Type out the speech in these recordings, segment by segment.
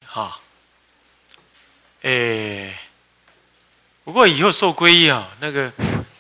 哈。不过以后受皈依啊，那个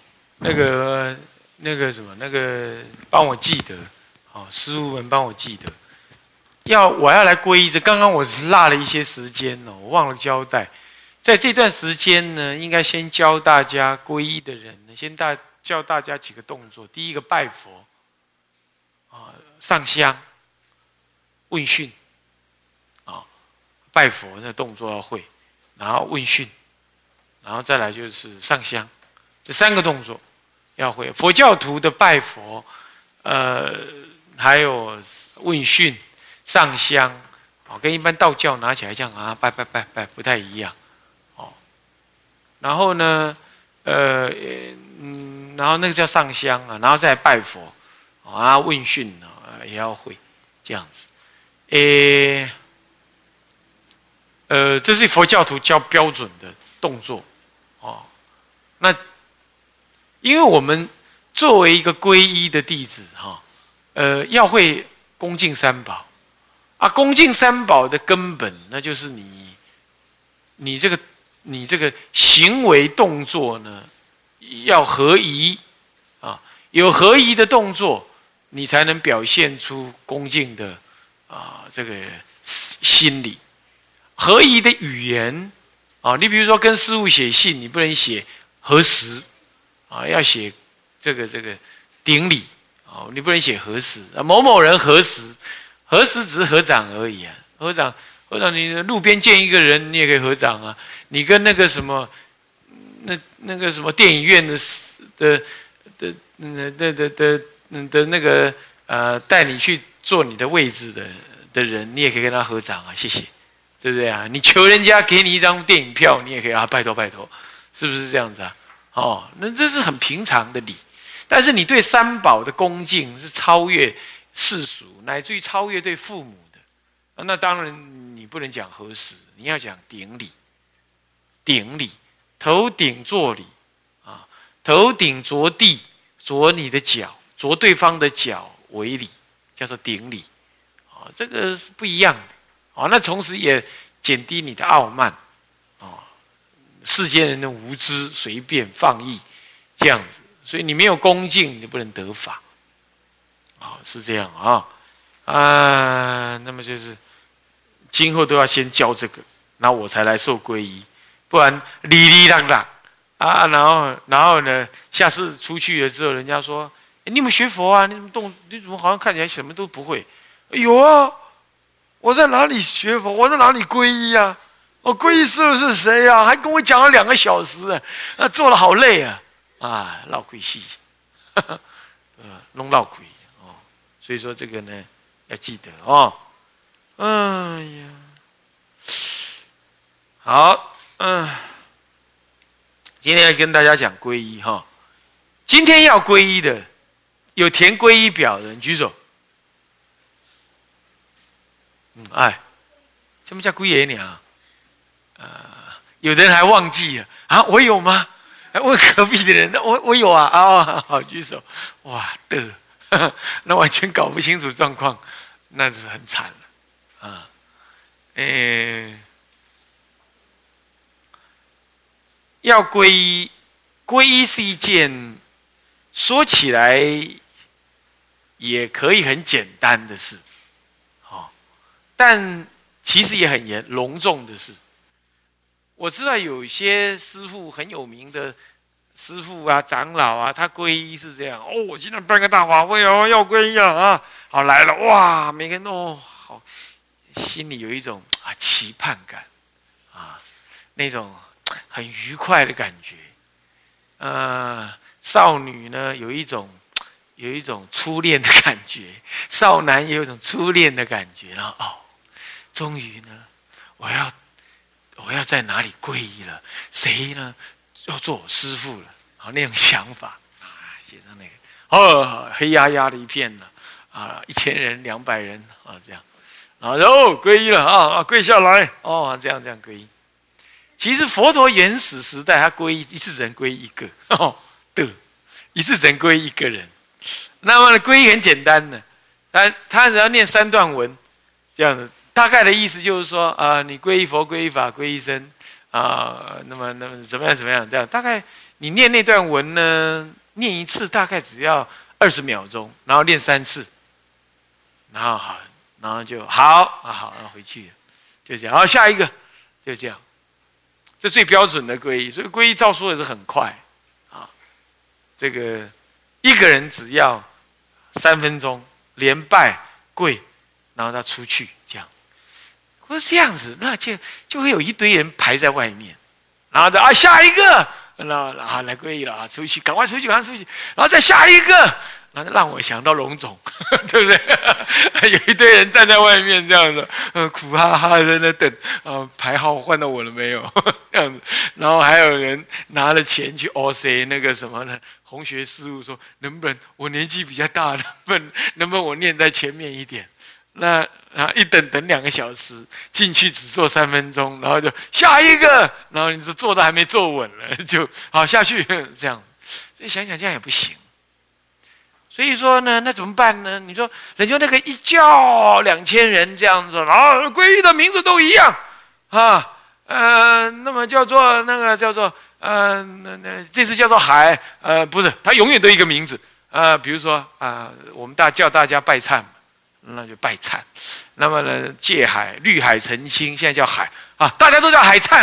什么，帮我记得，哦，师父们帮我记得，我要来皈依。刚刚我落了一些时间哦，我忘了交代。在这段时间呢，应该先教大家皈依的人呢，教大家几个动作。第一个拜佛，啊，上香、问讯，啊，拜佛那动作要会，然后问讯，然后再来就是上香，这3个动作要会。佛教徒的拜佛，还有问讯、上香，哦，跟一般道教拿起来这样啊，拜不太一样。然后呢，然后那个叫上香啊，然后再来拜佛，啊，问讯啊，也要会这样子。这是佛教徒教标准的动作，哦。那因为我们作为一个皈依的弟子，哈，要会恭敬三宝，啊，恭敬三宝的根本，那就是你这个行为动作呢，要合宜啊，有合宜的动作，你才能表现出恭敬的这个心理。合宜的语言啊，你比如说跟师父写信，你不能写何时啊，要写这个顶礼啊，你不能写何时啊，某某人何时只是合掌而已啊，合掌，你路边见一个人，你也可以合掌啊。你跟那个什么，那个什么电影院的那个带你去坐你的位置的人，你也可以跟他合掌啊，谢谢，对不对啊？你求人家给你一张电影票，你也可以啊，拜托，是不是这样子啊？哦，那这是很平常的礼。但是你对三宝的恭敬是超越世俗，乃至于超越对父母的，那当然你不能讲何时，你要讲顶礼。顶礼，头顶作礼啊，头顶着地，着你的脚，着对方的脚为礼，叫做顶礼啊，这个是不一样的啊。那同时也减低你的傲慢啊，世间人的无知、随便放逸这样子，所以你没有恭敬，你不能得法啊，是这样啊。那么就是今后都要先教这个，然后我才来受皈依。不然哩啷啷啊，然后呢，下次出去了之后，人家说：“你有没有学佛啊？你怎么好像看起来什么都不会？”有啊，我在哪里学佛？我在哪里皈依啊？我皈依师父是谁啊？还跟我讲了2个小时啊，做了好累啊！啊，闹亏戏，弄闹亏哦。所以说这个呢，要记得哦。哎呀，好。今天要跟大家讲皈依哈。今天要皈依的，有填皈依表的人举手。什么叫皈依呢？有的人还忘记了啊，我有吗？问隔壁的人，我有啊，好举手。哇的，那完全搞不清楚状况，那是很惨了啊。要皈依，皈依是一件说起来也可以很简单的事，但其实也很隆重的事。我知道有些师父很有名的师父啊、长老啊，他皈依是这样：我今天办个大法会哦，要皈依啊，好来了，哇，每个人都好，心里有一种期盼感啊，那种很愉快的感觉，少女呢有一种初恋的感觉，少男也有一种初恋的感觉，然后终于呢，我要在哪里皈依了？谁呢要做我师父了？那种想法写上那个黑压压的一片了1000人、200人这样，然后皈依了跪下来这样皈依。其实佛陀原始时代，他皈依一次只能皈依一个一次只能皈依一个人。那么皈依很简单的，他只要念3段文，这样的大概的意思就是说，你皈依佛、皈依法、皈依僧，那么怎么样这样，大概你念那段文呢，念一次大概只要20秒钟，然后念3次，然后好，然后就好，然后回去了，就这样，然后下一个，就这样，这最标准的皈依，所以皈依照说也是很快，这个一个人只要3分钟，连拜跪，然后他出去这样。不是这样子，那就会有一堆人排在外面，然后下一个，然后来皈依了出去，赶快出去，然后再下一个，然后让我想到龙种，对不对？有一堆人站在外面这样子，苦哈哈的在那等，排号换到我了没有？这样子，然后还有人拿了钱去 OC 那个什么呢？弘学师父说，能不能我年纪比较大，能不能我念在前面一点？那一等2个小时，进去只坐3分钟，然后就下一个，然后你这坐都还没坐稳了，就好下去这样。所以想想这样也不行。所以说呢，那怎么办呢？你说人家那个一教2000人这样子，然后皈依的名字都一样那么叫做这次叫做海，不是，他永远都一个名字比如说我们叫大家拜忏。那就拜忏，那么呢，戒海、绿海澄清，现在叫海大家都叫海忏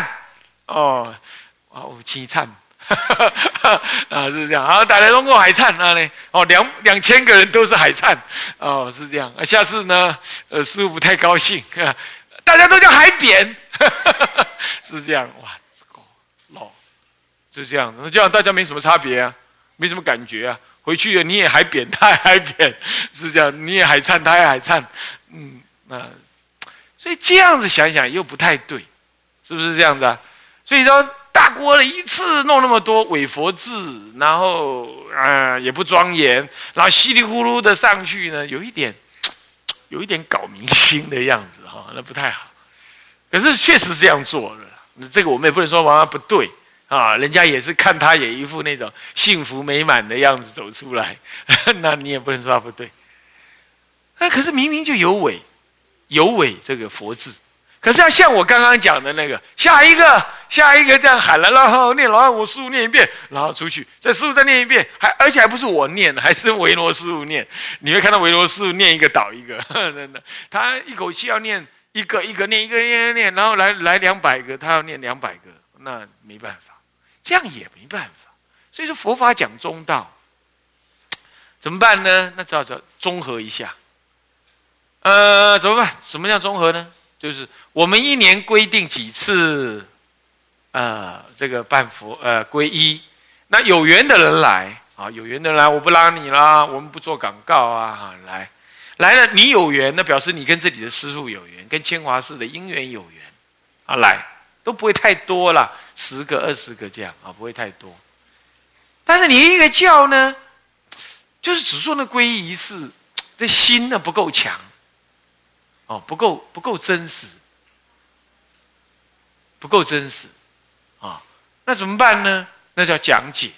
清忏是这样大家都过海忏2000个人都是海忏是这样下次呢师父不太高兴大家都叫海扁是这样哇，就这样，这样大家没什么差别啊，没什么感觉啊。回去了你也海扁，他也海扁，是这样，你也海忏，他也海忏，所以这样子想想又不太对，是不是这样子所以说大锅了一次弄那么多伪佛字，然后也不庄严，然后稀里糊涂的上去呢，有一点搞明星的样子那不太好。可是确实这样做了，这个我们也不能说完全不对。人家也是看他也一副那种幸福美满的样子走出来，那你也不能说他不对。可是明明就有伪这个佛字，可是要像我刚刚讲的那个，下一个这样喊了，然后念，然后我师父念一遍，然后出去，再师父再念一遍，而且还不是我念，还是维罗师父念。你会看到维罗师父念一个倒一个，真的，他一口气要念一个念，然后来200个，他要念200个，那没办法。这样也没办法，所以说佛法讲中道，怎么办呢？那只好综合一下。怎么办？什么叫综合呢？就是我们1年规定几次，这个办佛皈依。那有缘的人来有缘的人来，我不拉你啦，我们不做广告来了，你有缘，那表示你跟这里的师父有缘，跟清华寺的因缘有缘来都不会太多啦。10个、20个这样不会太多。但是你一个教呢，就是只做那皈依仪式，这心呢不够强，不够真实，不够真实那怎么办呢？那叫讲解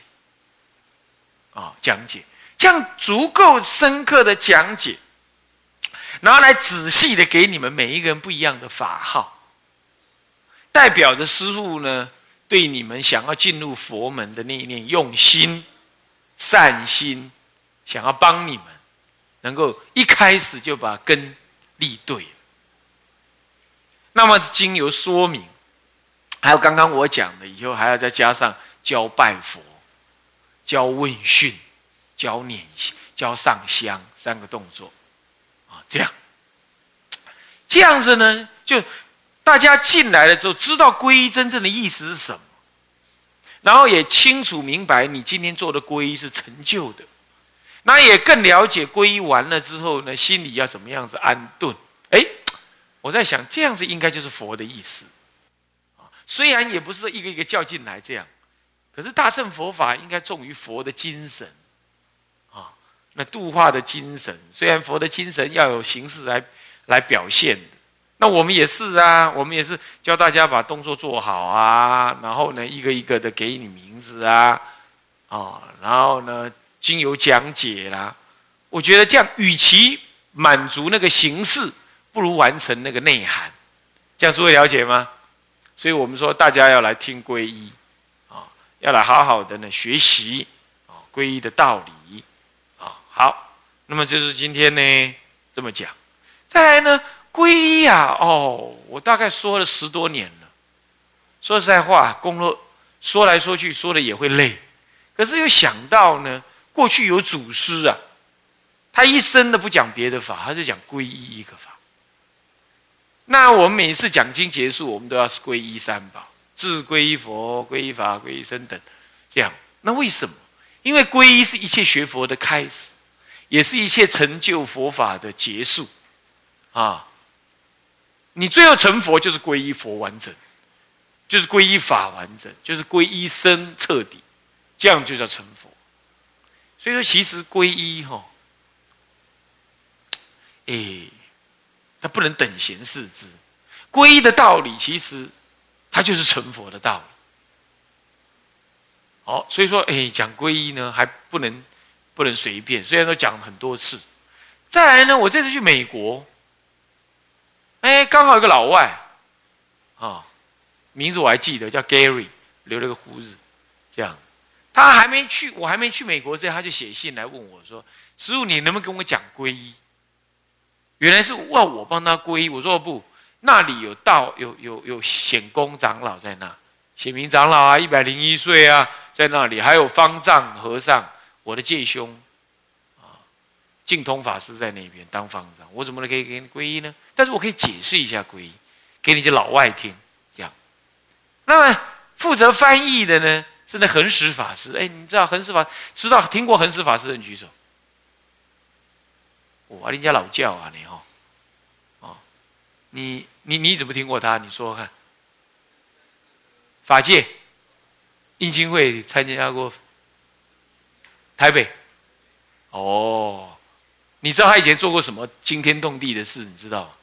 讲解，这样足够深刻的讲解，然后来仔细的给你们每一个人不一样的法号，代表着师父呢对你们想要进入佛门的那一念用心、善心，想要帮你们，能够一开始就把根立对。那么经由说明，还有刚刚我讲的，以后还要再加上教拜佛、教问讯、教念、教上香3个动作这样子呢，就大家进来了之后，知道皈依真正的意思是什么，然后也清楚明白你今天做的皈依是成就的，那也更了解皈依完了之后呢，心里要怎么样子安顿。我在想，这样子应该就是佛的意思虽然也不是一个一个叫进来这样，可是大乘佛法应该重于佛的精神那度化的精神，虽然佛的精神要有形式来表现的。那我们也是我们也是教大家把动作做好然后呢一个一个的给你名字然后呢经由讲解啦，我觉得这样与其满足那个形式，不不如完成那个内涵。这样诸位了解吗？所以我们说大家要来听皈依啊，要来好好的呢学习啊皈依的道理啊。好，那么就是今天呢这么讲。再来呢，皈依啊，我大概说了10多年了。说实在话，工作说来说去，说的也会累。可是又想到呢，过去有祖师啊，他一生的不讲别的法，他就讲皈依一个法。那我们每一次讲经结束，我们都要皈依三宝，自皈依佛、皈依法、皈依僧等。这样，那为什么？因为皈依是一切学佛的开始，也是一切成就佛法的结束。啊，你最后成佛就是皈依佛完整，就是皈依法完整，就是皈依僧彻底，这样就叫成佛。所以说，其实皈依它不能等闲视之。皈依的道理，其实它就是成佛的道理。所以说，讲皈依呢，还不能随便。虽然都讲了很多次。再来呢，我这次去美国，刚好有个老外，名字我还记得，叫 Gary， 留了个胡子，这样。他还没去，我还没去美国之前，他就写信来问我说：“师父，你能不能跟我讲皈依？”原来是要我帮他皈依。我说不，那里有显公长老在那，显明长老啊，101岁啊，在那里，还有方丈和尚，我的介兄净通法师在那边当方丈，我怎么可以给你皈依呢？但是我可以解释一下皈依，给你这老外听，这样。那么负责翻译的呢，是那恒实法师。你知道恒实法，听过恒实法师的人举手。人家老教啊，你怎么听过他？你说说看。法界印经会参加过，台北。你知道他以前做过什么惊天动地的事？你知道吗？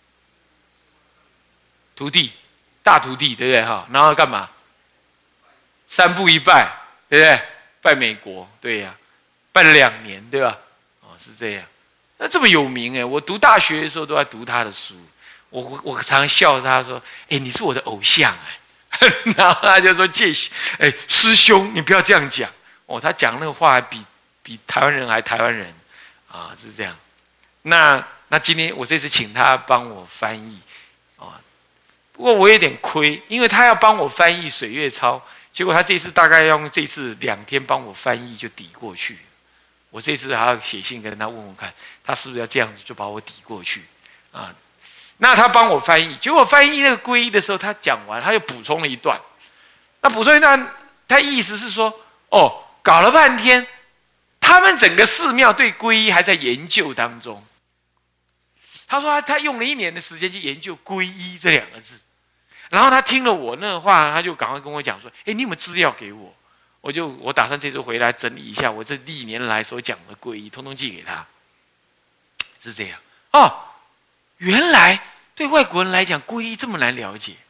徒弟，大徒弟，对不对？然后干嘛？3步一拜，对不对？拜美国，对呀，拜了2年，对吧？是这样。那这么有名我读大学的时候都在读他的书。我常笑他说：“你是我的偶像然后他就说：“师兄，你不要这样讲。”他讲那个话还比台湾人还台湾人。是这样。那今天我这次请他帮我翻译不过我有点亏，因为他要帮我翻译水月抄，结果他这次大概要用这次2天帮我翻译就抵过去。我这次还要写信跟他问问看，他是不是要这样子就把我抵过去那他帮我翻译，结果翻译那个皈依的时候，他讲完他又补充了一段。那补充一段，他意思是说，搞了半天。他们整个寺庙对皈依还在研究当中。他说他用了1年的时间去研究皈依这2个字，然后他听了我那话，他就赶快跟我讲说：“你有没有资料给我？”我打算这周回来整理一下我这历年来所讲的皈依，通通寄给他。是这样原来对外国人来讲，皈依这么难了解。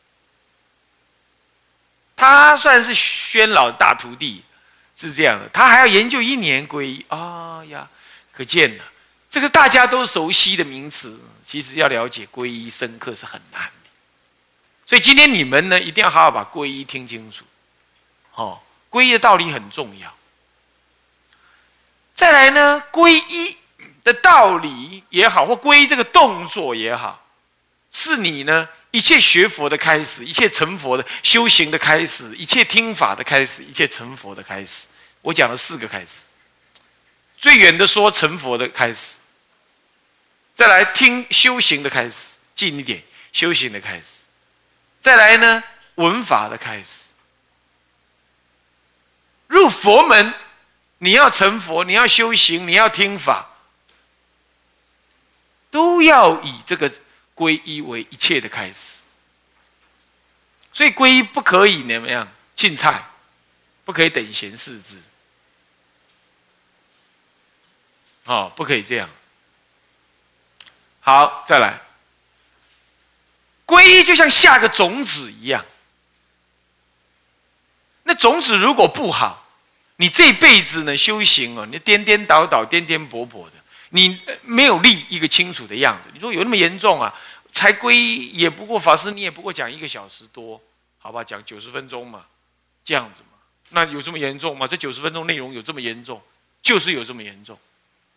他算是宣老的大徒弟。是这样的，他还要研究1年皈依可见了，这个大家都熟悉的名词，其实要了解皈依深刻是很难的。所以今天你们呢，一定要好好把皈依听清楚。皈依的道理很重要。再来呢，皈依的道理也好，或皈依这个动作也好，是你呢一切学佛的开始，一切成佛的修行的开始，一切听法的开始，一切成佛的开始。我讲了4个开始，最远的说成佛的开始，再来听修行的开始，近一点修行的开始，再来呢闻法的开始。入佛门，你要成佛，你要修行，你要听法，都要以这个皈依为一切的开始。所以皈依不可以怎么样进菜，不可以等闲视之。不可以这样。好，再来。皈依就像下个种子一样，那种子如果不好，你这辈子呢修行你颠颠倒倒、颠颠簸簸的， 你没有立一个清楚的样子。你说有那么严重啊？才皈依也不过法师，你也不过讲1个小时多，好吧，讲90分钟嘛，这样子嘛，那有这么严重吗？这90分钟内容有这么严重？就是有这么严重。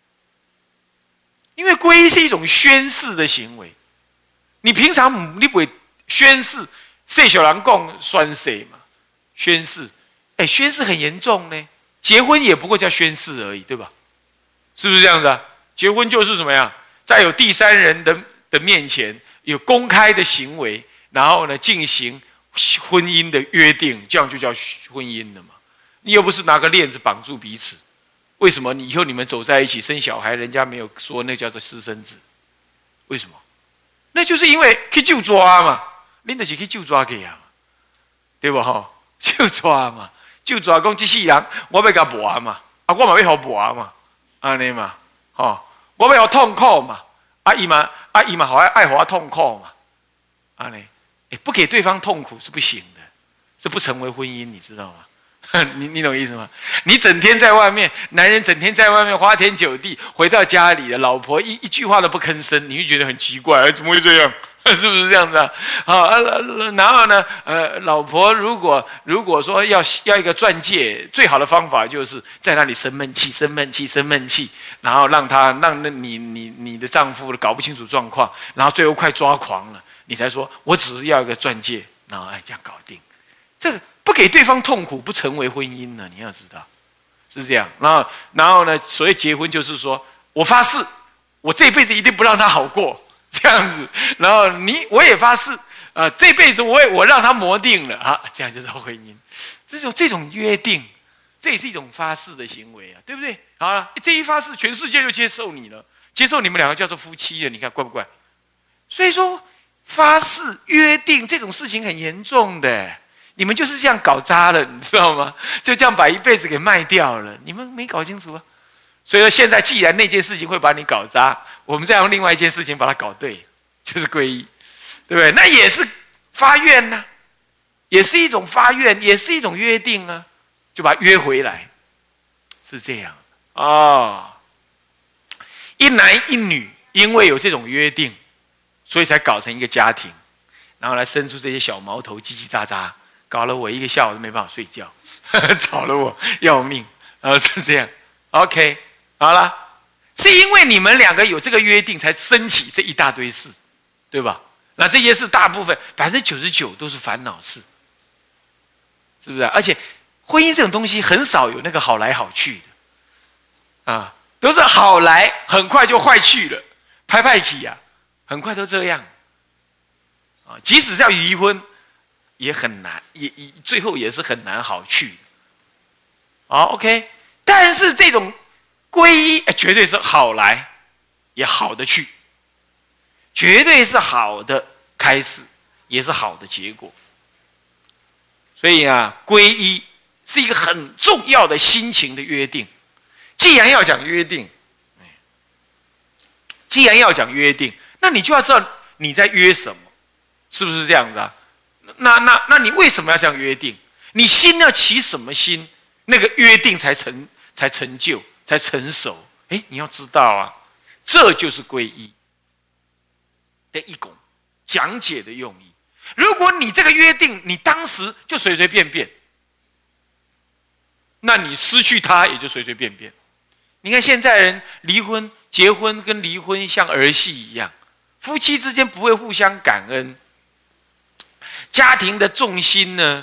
因为皈依是一种宣誓的行为，你平常你不会宣誓，谁小人讲宣誓嘛？宣誓，宣誓很严重呢。结婚也不过叫宣誓而已，对吧？是不是这样子啊？结婚就是什么呀？在有第三人的面前有公开的行为，然后呢进行婚姻的约定，这样就叫婚姻了嘛。你又不是拿个链子绑住彼此。为什么以后你们走在一起生小孩，人家没有说那叫做私生子？为什么？那就是因为去就抓嘛，你就是去就抓给啊，对不哈？就抓嘛，就抓讲这世人，我要甲磨嘛，啊，我嘛要互磨嘛，安尼嘛，我要互痛苦嘛，伊嘛互爱互我痛苦嘛，安尼，不给对方痛苦是不行的，是不成为婚姻，你知道吗？你懂意思吗？你整天在外面，男人整天在外面花天酒地，回到家里的老婆一句话都不吭声，你会觉得很奇怪，怎么会这样？是不是这样子啊？然后呢，老婆如果说要一个钻戒，最好的方法就是在那里生闷气，然后让你的丈夫搞不清楚状况，然后最后快抓狂了，你才说我只是要一个钻戒，然后这样搞定，这个。不给对方痛苦，不成为婚姻呢？你要知道，是这样。然后呢？所谓结婚，就是说我发誓，我这辈子一定不让他好过，这样子。然后我也发誓，这辈子我让他磨定了啊，这样就是婚姻。这种约定，这也是一种发誓的行为啊，对不对？好了，这一发誓，全世界就接受你了，接受你们两个叫做夫妻了。你看怪不怪？所以说，发誓约定这种事情很严重的。你们就是这样搞砸了，你知道吗？就这样把一辈子给卖掉了，你们没搞清楚啊。所以说，现在既然那件事情会把你搞砸，我们再用另外一件事情把它搞对，就是皈依，对不对？那也是发愿呢、也是一种发愿，也是一种约定啊，就把它约回来，是这样哦。一男一女，因为有这种约定，所以才搞成一个家庭，然后来生出这些小毛头，叽叽喳喳。搞了我1个下午都没办法睡觉，吵了我要命，是这样。OK， 好了，是因为你们两个有这个约定，才升起这一大堆事，对吧？那这些事大部分99%都是烦恼事，是不是？而且婚姻这种东西很少有那个好来好去的，啊，都是好来很快就坏去了，拍起啊，很快都这样，啊，即使是要离婚。也很难，最后也是很难好去。好 ，OK， 但是这种皈依绝对是好来，也好的去，绝对是好的开始，也是好的结果。所以啊，皈依是一个很重要的心情的约定。既然要讲约定，那你就要知道你在约什么，是不是这样子啊？那你为什么要这样约定？你心要起什么心，那个约定才成就，才成熟。你要知道啊，这就是皈依的一种讲解的用意。如果你这个约定，你当时就随随便便，那你失去它也就随随便便。你看现在人离婚、结婚跟离婚像儿戏一样，夫妻之间不会互相感恩。家庭的重心呢，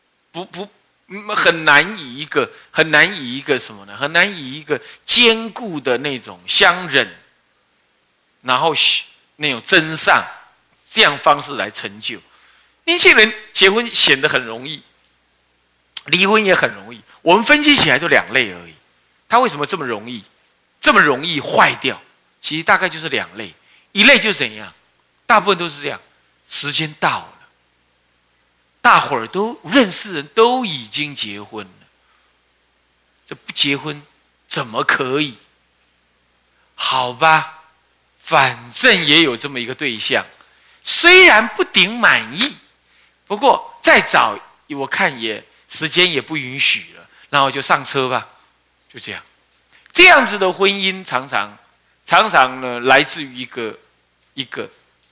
很难以一个什么呢？很难以一个坚固的那种相忍，然后那种真善这样方式来成就。年轻人结婚显得很容易，离婚也很容易。我们分析起来就2类而已。他为什么这么容易坏掉？其实大概就是2类，一类就是怎样？大部分都是这样，时间到了。大伙儿都认识人都已经结婚了，这不结婚怎么可以？好吧，反正也有这么一个对象，虽然不顶满意，不过再找我看时间也不允许了，然后就上车吧，就这样。这样子的婚姻常常常常呢来自于一个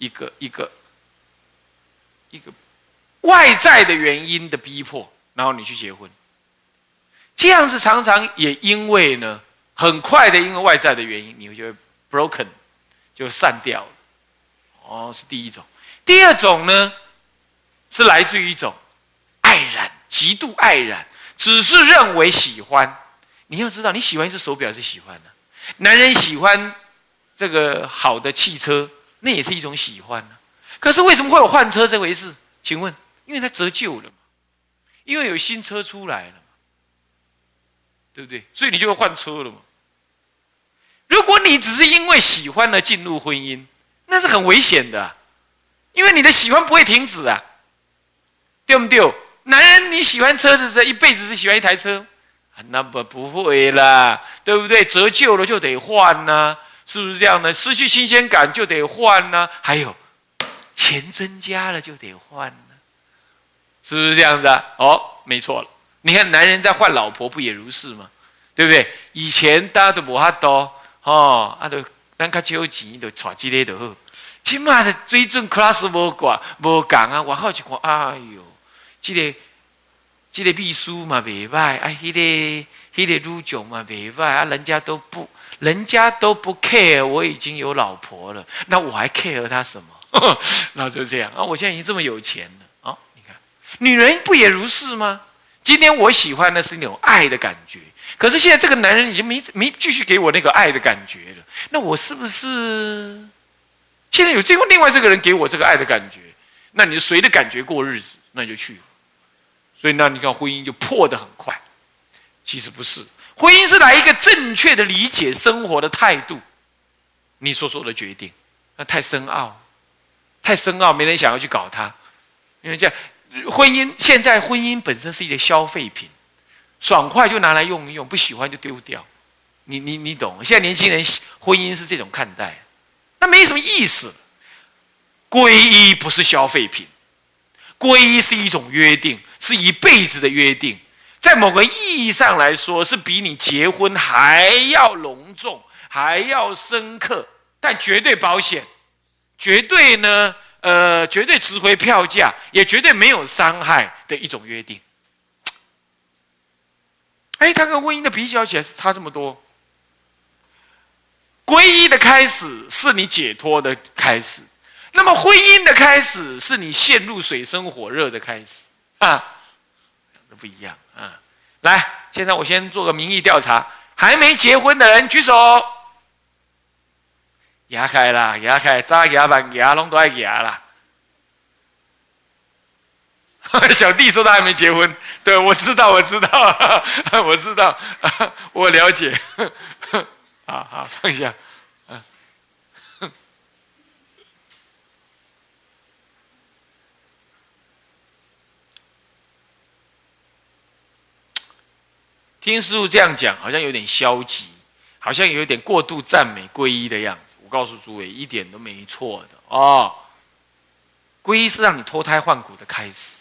外在的原因的逼迫，然后你去结婚。这样子常常也因为呢，很快的因为外在的原因，你就会 broken， 就散掉了。哦，是第一种。第二种呢，是来自于一种爱染，极度爱染，只是认为喜欢。你要知道，你喜欢一只手表是喜欢的，男人喜欢这个好的汽车，那也是一种喜欢呢。可是为什么会有换车这回事？请问，因为它折旧了嘛，因为有新车出来了嘛，对不对？所以你就会换车了嘛。如果你只是因为喜欢而进入婚姻，那是很危险的啊，因为你的喜欢不会停止啊，对不对？男人你喜欢车子，这一辈子只喜欢一台车，那不会啦，对不对？折旧了就得换呐，是不是这样呢？失去新鲜感就得换呐，还有钱增加了就得换呢，是不是这样子啊？哦，没错了。你看男人在换老婆不也如是吗？对不对？以前大家都没法多哦，都咱较少钱就娶这个就好。现在的水准 class 无同啊，我好一看，哎呦，这个秘书嘛袂歹，啊，那个女将嘛袂歹，啊，人家都不 care， 我已经有老婆了，那我还 care 他什么？然后就这样啊，我现在已经这么有钱了啊，你看，女人不也如是吗？今天我喜欢的是那种爱的感觉，可是现在这个男人已经没继续给我那个爱的感觉了，那我是不是现在有另外这个人给我这个爱的感觉？那你随着感觉过日子，那你就去了。所以那你看婚姻就破得很快。其实不是，婚姻是来一个正确的理解生活的态度，你所做的决定，那太深奥，没人想要去搞它。因为这样，现在婚姻本身是一个消费品，爽快就拿来用一用，不喜欢就丢掉。你懂？现在年轻人婚姻是这种看待，那没什么意思。皈依不是消费品，皈依是一种约定，是一辈子的约定。在某个意义上来说，是比你结婚还要隆重，还要深刻，但绝对保险，绝对呢，绝对值回票价，也绝对没有伤害的一种约定。哎，它跟婚姻的比较起来是差这么多。皈依的开始是你解脱的开始，那么婚姻的开始是你陷入水深火热的开始啊，都不一样啊。来，现在我先做个民意调查，还没结婚的人举手。牙开啦，牙开，早牙晚牙拢都爱牙啦。小弟说他还没结婚，对，我知道，我知道，我了解。好，放下。听师父这样讲，好像有点消极，好像有点过度赞美皈依的样子。我告诉诸位，一点都没错的哦。皈依是让你脱胎换骨的开始，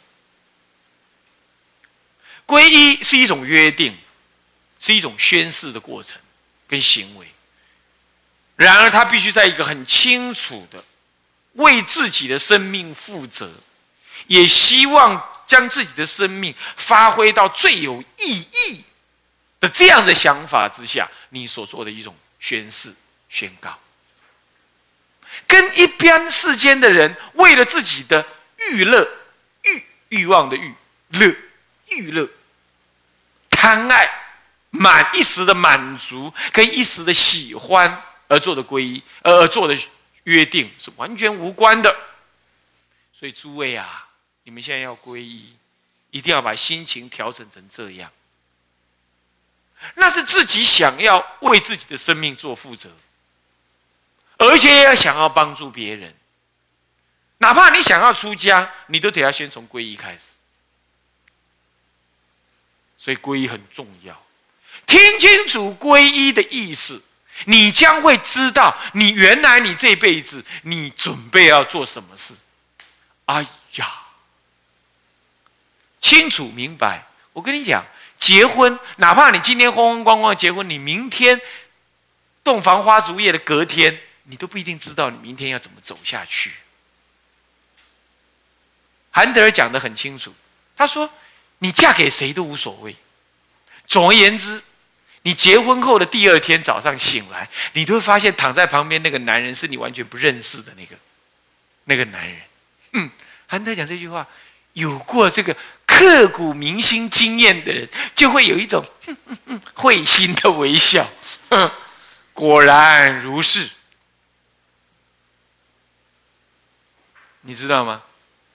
皈依是一种约定，是一种宣誓的过程跟行为。然而，他必须在一个很清楚的为自己的生命负责，也希望将自己的生命发挥到最有意义的这样的想法之下，你所做的一种宣誓宣告，跟一般世间的人为了自己的欲望的欲乐贪爱一时的满足跟一时的喜欢而做的皈依而做的约定是完全无关的。所以诸位啊，你们现在要皈依，一定要把心情调整成这样。那是自己想要为自己的生命做负责，而且也想要帮助别人。哪怕你想要出家，你都得要先从皈依开始。所以皈依很重要，听清楚皈依的意思，你将会知道原来你这辈子你准备要做什么事。哎呀，清楚明白。我跟你讲，结婚哪怕你今天风风光光结婚，你明天洞房花烛夜的隔天，你都不一定知道你明天要怎么走下去。韩德尔讲得很清楚，他说：“你嫁给谁都无所谓。总而言之，你结婚后的第二天早上醒来，你都会发现躺在旁边那个男人是你完全不认识的那个男人。”韩德尔讲这句话，有过这个刻骨铭心经验的人，就会有一种会心的微笑。果然如是，你知道吗？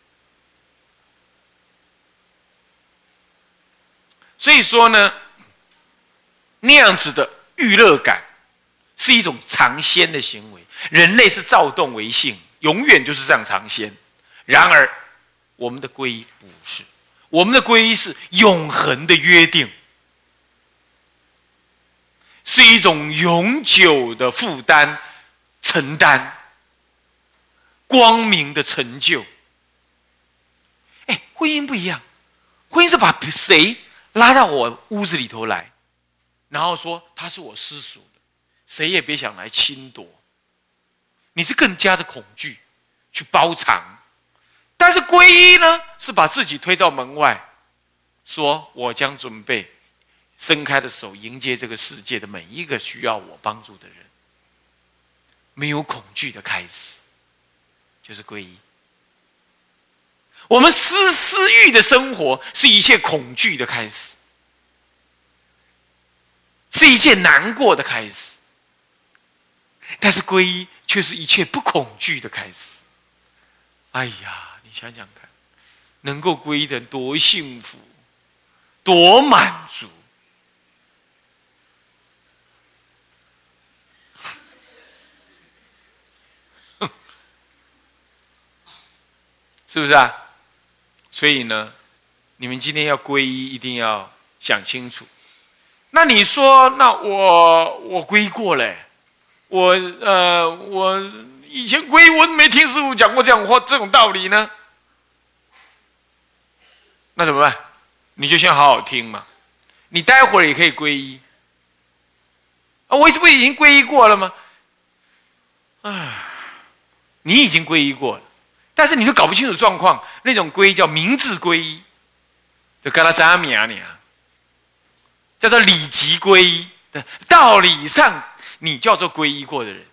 所以说呢，那样子的欲乐感是一种尝鲜的行为。人类是躁动为性，永远就是这样尝鲜。然而，我们的皈依不是，我们的皈依是永恒的约定，是一种永久的负担、承担、光明的成就。婚姻不一样，婚姻是把谁拉到我屋子里头来，然后说他是我私属的，谁也别想来侵夺。你是更加的恐惧，去包藏。但是皈依呢，是把自己推到门外，说我将准备伸开的手迎接这个世界的每一个需要我帮助的人。没有恐惧的开始，就是皈依。我们私欲的生活是一切恐惧的开始，是一切难过的开始。但是皈依却是一切不恐惧的开始。哎呀，你想想看，能够皈依的人多幸福，多满足。是不是啊？所以呢，你们今天要皈依，一定要想清楚。那你说，那我皈依过嘞，我以前皈依，我没听师父讲过这样话这种道理呢。那怎么办？你就先好好听嘛。你待会儿也可以皈依。我不已经皈依过了吗？你已经皈依过了。但是你都搞不清楚状况，那种皈依叫明智皈依，就跟他扎米啊你啊，叫做理即皈依。道理上你叫做皈依过的人，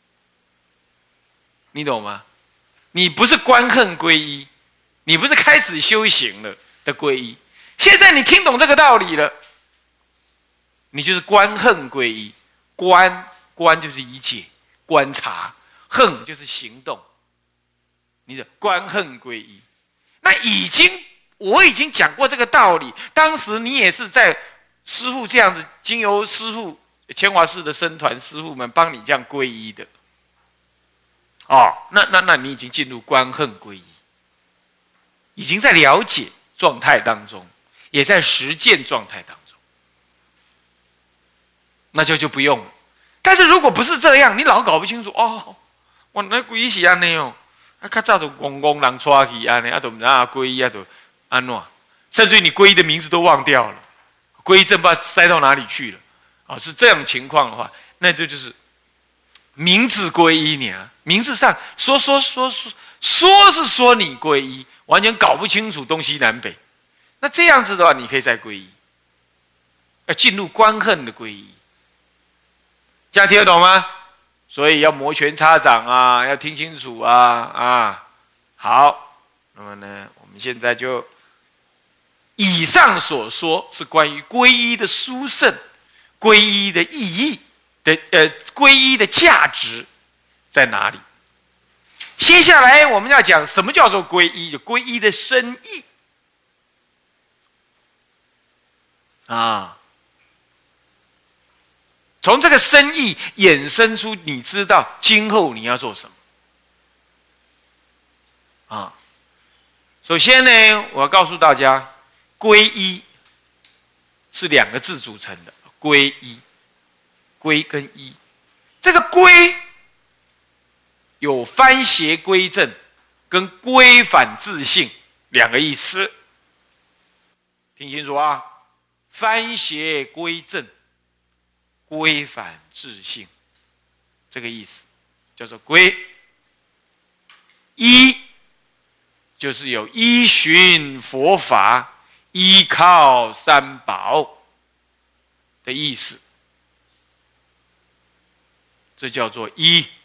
你懂吗？你不是观恨皈依，你不是开始修行了的皈依。现在你听懂这个道理了，你就是观恨皈依。观就是理解、观察，恨就是行动。你的观恨皈依，那我已经讲过这个道理。当时你也是在师父这样子，经由师父千华寺的僧团师父们帮你这样皈依的。那你已经进入观恨皈依，已经在了解状态当中，也在实践状态当中，那就不用了。但是如果不是这样，你老搞不清楚我那皈依是这样哦。较早就公人带去安尼，都唔知皈依都安怎，甚至于你皈依的名字都忘掉了，皈依证不知道塞到哪里去了。是这样情况的话，那就是名字皈依你啊，名字上说是说你皈依，完全搞不清楚东西南北。那这样子的话，你可以再皈依，要进入观恨的皈依，这样听得懂吗？所以要摩拳擦掌啊，要听清楚啊。好，那么呢，我们现在就以上所说是关于皈依的殊胜、皈依的意义的皈依的价值在哪里？接下来我们要讲什么叫做皈依，就皈依的深意从这个深意衍生出，你知道今后你要做什么首先呢，我要告诉大家，皈依是2个字组成的，皈依，皈跟依。这个皈有番邪归正跟归返自性2个意思，听清楚啊！番邪归正，归返自性这个意思，叫做皈。依就是有依循佛法，依靠三宝的意思，这叫做依。